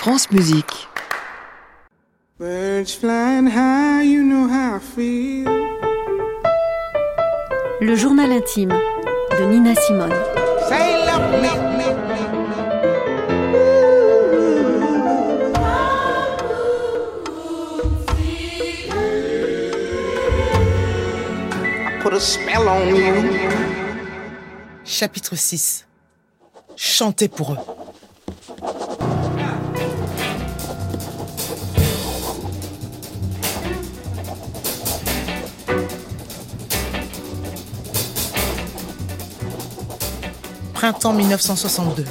France Musique. Birds flying high, you know how I feel. Le journal intime de Nina Simone. Say love me. Put a spell on you. Chapitre 6. Chantez pour eux. Printemps 1962.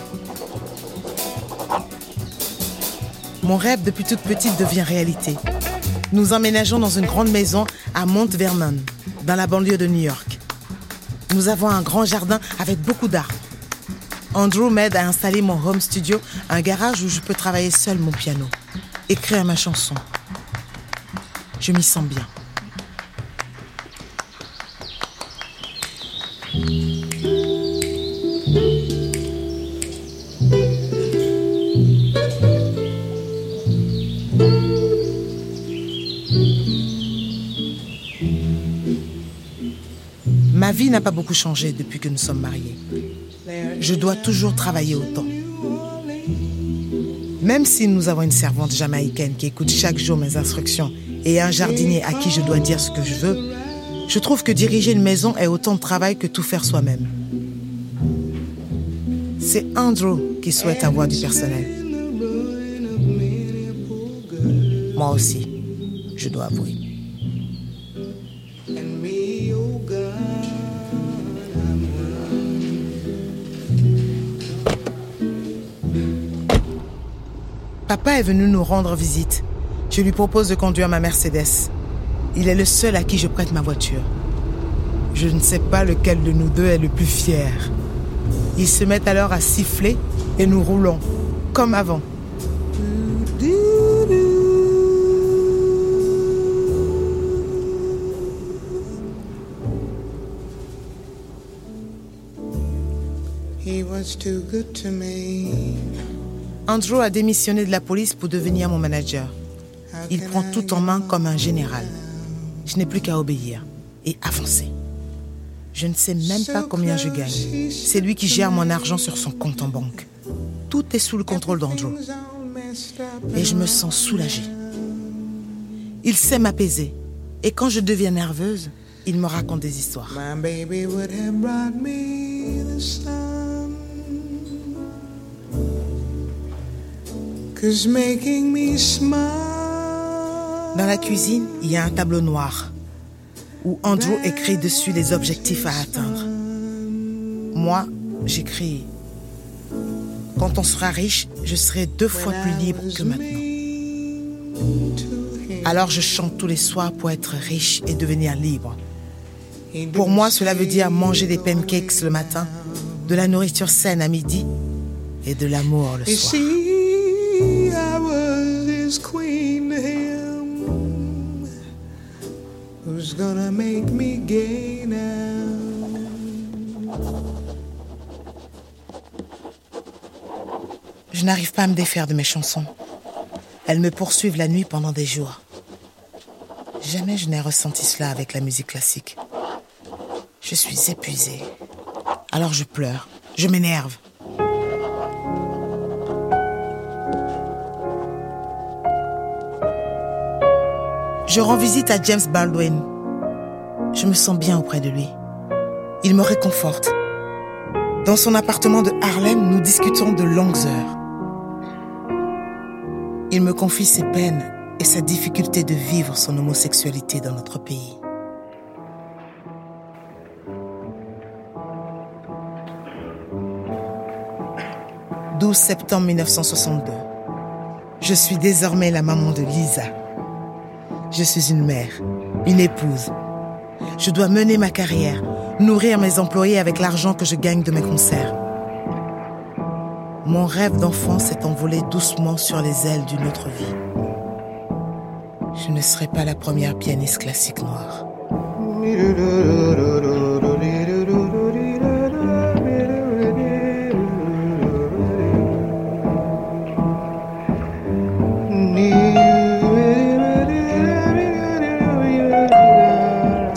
Mon rêve depuis toute petite devient réalité. Nous emménageons dans une grande maison à Mount Vernon, dans la banlieue de New York. Nous avons un grand jardin avec beaucoup d'arbres. Andrew m'aide à installer mon home studio, un garage où je peux travailler seul mon piano, écrire ma chanson. Je m'y sens bien. Ma vie n'a pas beaucoup changé depuis que nous sommes mariés. Je dois toujours travailler autant. Même si nous avons une servante jamaïcaine qui écoute chaque jour mes instructions et un jardinier à qui je dois dire ce que je veux, je trouve que diriger une maison est autant de travail que tout faire soi-même. C'est Andrew qui souhaite avoir du personnel. Moi aussi, je dois avouer. Papa est venu nous rendre visite. Je lui propose de conduire ma Mercedes. Il est le seul à qui je prête ma voiture. Je ne sais pas lequel de nous deux est le plus fier. Il se met alors à siffler et nous roulons, comme avant. He was too good to me. Andrew a démissionné de la police pour devenir mon manager. Il prend tout en main comme un général. Je n'ai plus qu'à obéir et avancer. Je ne sais même pas combien je gagne. C'est lui qui gère mon argent sur son compte en banque. Tout est sous le contrôle d'Andrew. Et je me sens soulagée. Il sait m'apaiser. Et quand je deviens nerveuse, il me raconte des histoires. My baby would have brought me the sun. 'Cause making me smile. Dans la cuisine, il y a un tableau noir où Andrew écrit dessus les objectifs à atteindre. Moi, j'écris « Quand on sera riche, je serai 2 fois plus libre que maintenant. » Alors je chante tous les soirs pour être riche et devenir libre. Pour moi, cela veut dire manger des pancakes le matin, de la nourriture saine à midi et de l'amour le soir. I was his queen to him. Who's gonna make me gay now? Je n'arrive pas à me défaire de mes chansons. Elles me poursuivent la nuit pendant des jours. Jamais je n'ai ressenti cela avec la musique classique. Je suis épuisée. Alors je pleure, je m'énerve. Je rends visite à James Baldwin. Je me sens bien auprès de lui. Il me réconforte. Dans son appartement de Harlem, nous discutons de longues heures. Il me confie ses peines et sa difficulté de vivre son homosexualité dans notre pays. « 12 septembre 1962. Je suis désormais la maman de Lisa. Je suis une mère, une épouse. Je dois mener ma carrière, nourrir mes employés avec l'argent que je gagne de mes concerts. Mon rêve d'enfant s'est envolé doucement sur les ailes d'une autre vie. Je ne serai pas la première pianiste classique noire.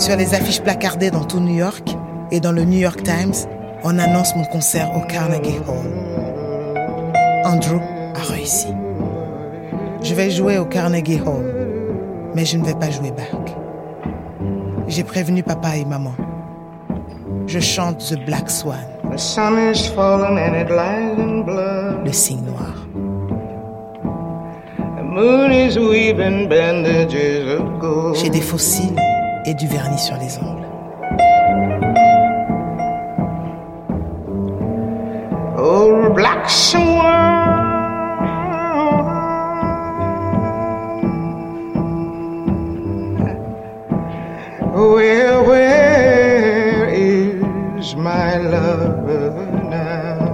Sur les affiches placardées dans tout New York et dans le New York Times, on annonce mon concert au Carnegie Hall. Andrew a réussi. Je vais jouer au Carnegie Hall, mais je ne vais pas jouer Bach. J'ai prévenu papa et maman. Je chante The Black Swan, The sun is falling and it lies in blood. le cygne noir. The moon is weaving bandages of gold. J'ai des fossiles et du vernis sur les ongles. Oh, black swan. Where is my love now?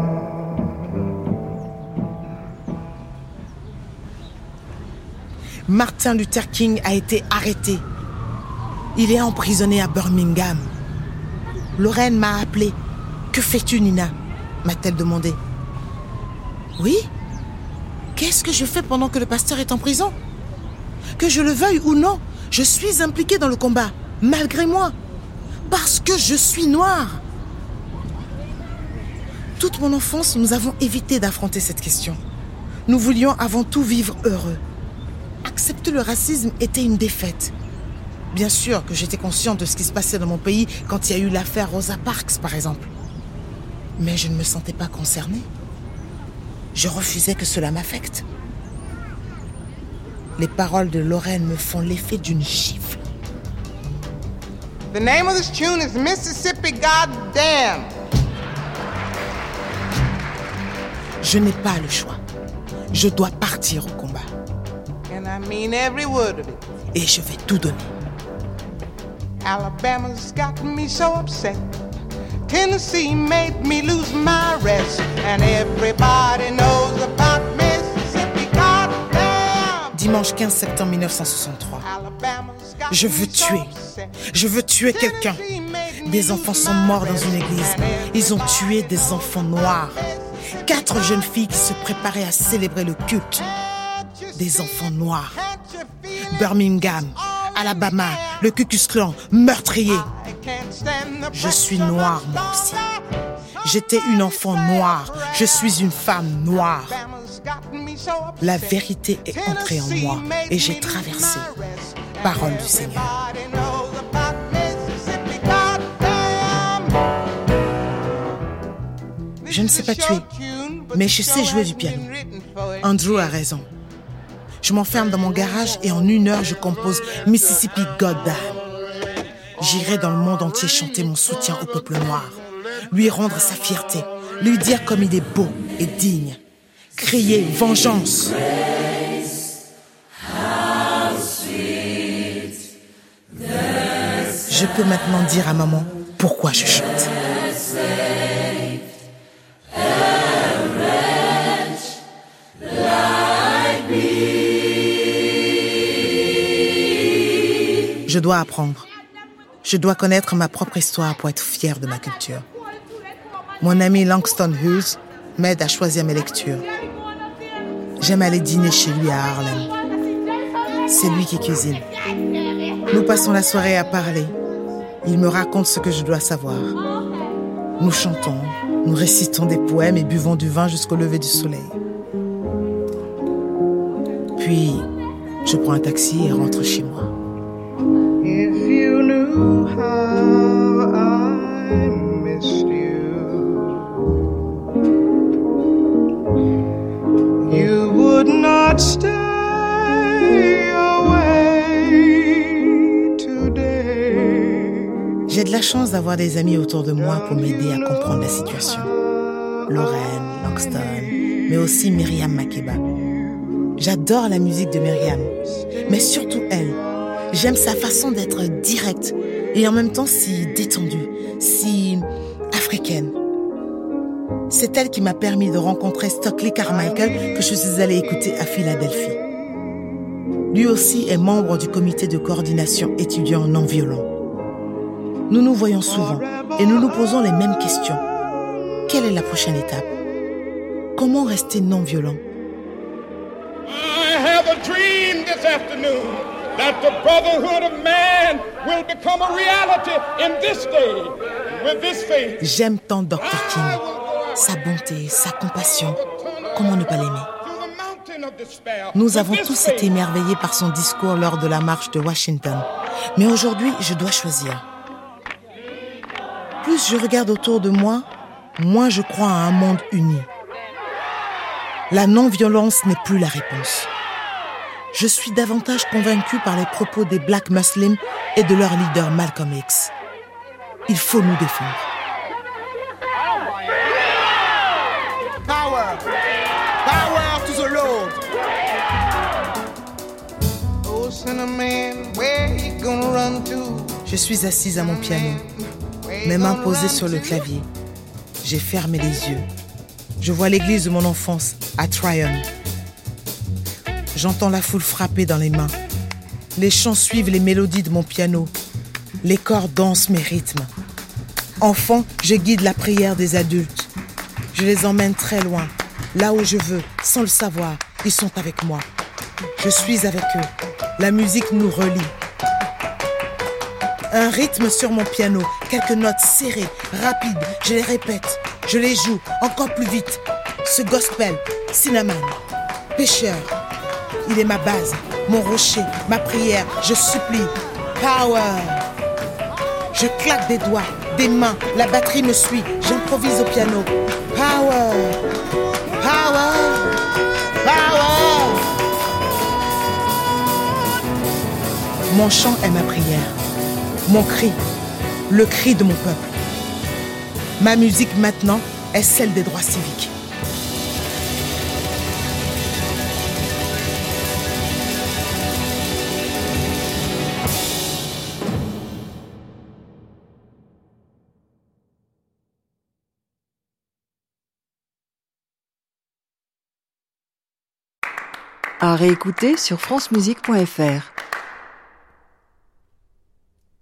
Martin Luther King a été arrêté. Il est emprisonné à Birmingham. Lorraine m'a appelé. « Que fais-tu, Nina ?» m'a-t-elle demandé. « Oui ? Qu'est-ce que je fais pendant que le pasteur est en prison ? Que je le veuille ou non, je suis impliquée dans le combat, malgré moi, parce que je suis noire. » Toute mon enfance, nous avons évité d'affronter cette question. Nous voulions avant tout vivre heureux. Accepter le racisme était une défaite. Bien sûr que j'étais consciente de ce qui se passait dans mon pays quand il y a eu l'affaire Rosa Parks, par exemple. Mais je ne me sentais pas concernée. Je refusais que cela m'affecte. Les paroles de Lorraine me font l'effet d'une gifle. The name of this tune is Mississippi Goddamn. Je n'ai pas le choix. Je dois partir au combat. And I mean every word of it. Et je vais tout donner. Alabama's got me so upset. Tennessee made me lose my rest. And everybody knows about Mississippi Goddamn. Dimanche 15 septembre 1963. Alabama's got Je veux me so tuer. upset. Je veux tuer quelqu'un. Des enfants sont morts dans une église. Ils ont tué des enfants noirs. 4 jeunes filles qui se préparaient à célébrer le culte. Des enfants noirs. Birmingham, Alabama, le Ku Klux Klan, meurtrier. Je suis noire, moi aussi. J'étais une enfant noire. Je suis une femme noire. La vérité est entrée en moi et j'ai traversé. Parole du Seigneur. Je ne sais pas tuer, mais je sais jouer du piano. Andrew a raison. Je m'enferme dans mon garage et en 1 heure, je compose Mississippi Goddamn. J'irai dans le monde entier chanter mon soutien au peuple noir, lui rendre sa fierté, lui dire comme il est beau et digne, crier vengeance. Je peux maintenant dire à maman pourquoi je chante. Je dois apprendre. Je dois connaître ma propre histoire pour être fière de ma culture. Mon ami Langston Hughes m'aide à choisir mes lectures. J'aime aller dîner chez lui à Harlem. C'est lui qui cuisine. Nous passons la soirée à parler. Il me raconte ce que je dois savoir. Nous chantons, nous récitons des poèmes et buvons du vin jusqu'au lever du soleil. Puis, je prends un taxi et rentre chez moi. If you knew how I missed you would not stay away today. J'ai de la chance d'avoir des amis autour de moi pour m'aider à comprendre la situation. Lorraine, Langston, mais aussi Myriam Makeba. J'adore la musique de Myriam, mais surtout elle. J'aime sa façon d'être directe et en même temps si détendue, si africaine. C'est elle qui m'a permis de rencontrer Stockley Carmichael que je suis allée écouter à Philadelphie. Lui aussi est membre du comité de coordination étudiant non violent. Nous nous voyons souvent et nous nous posons les mêmes questions. Quelle est la prochaine étape? Comment rester non violent? I have a dream this afternoon. that the brotherhood of man will become a reality in this day. With this faith, j'aime tant Dr. King. Sa bonté, sa compassion. Comment ne pas l'aimer? Nous avons tous été émerveillés par son discours lors de la marche de Washington. Mais aujourd'hui, je dois choisir. Plus je regarde autour de moi, moins je crois à un monde uni. La non-violence n'est plus la réponse. Je suis davantage convaincu par les propos des Black Muslims et de leur leader Malcolm X. Il faut nous défendre. Power! Power to the Lord! Oh, sinner man, where you gonna run to? Je suis assise à mon piano, mes mains posées sur le clavier. J'ai fermé les yeux. Je vois l'église de mon enfance, à Tryon. J'entends la foule frapper dans les mains. Les chants suivent les mélodies de mon piano. Les corps dansent mes rythmes. Enfant, je guide la prière des adultes. Je les emmène très loin, là où je veux, sans le savoir. Ils sont avec moi. Je suis avec eux. La musique nous relie. Un rythme sur mon piano, quelques notes serrées, rapides. Je les répète, je les joue encore plus vite. Ce gospel, Cinnamon, Pêcheur, il est ma base, mon rocher, ma prière. Je supplie, power. Je claque des doigts, des mains, la batterie me suit. J'improvise au piano. Power, power, power. Mon chant est ma prière. Mon cri, le cri de mon peuple. Ma musique maintenant est celle des droits civiques. À réécouter sur francemusique.fr.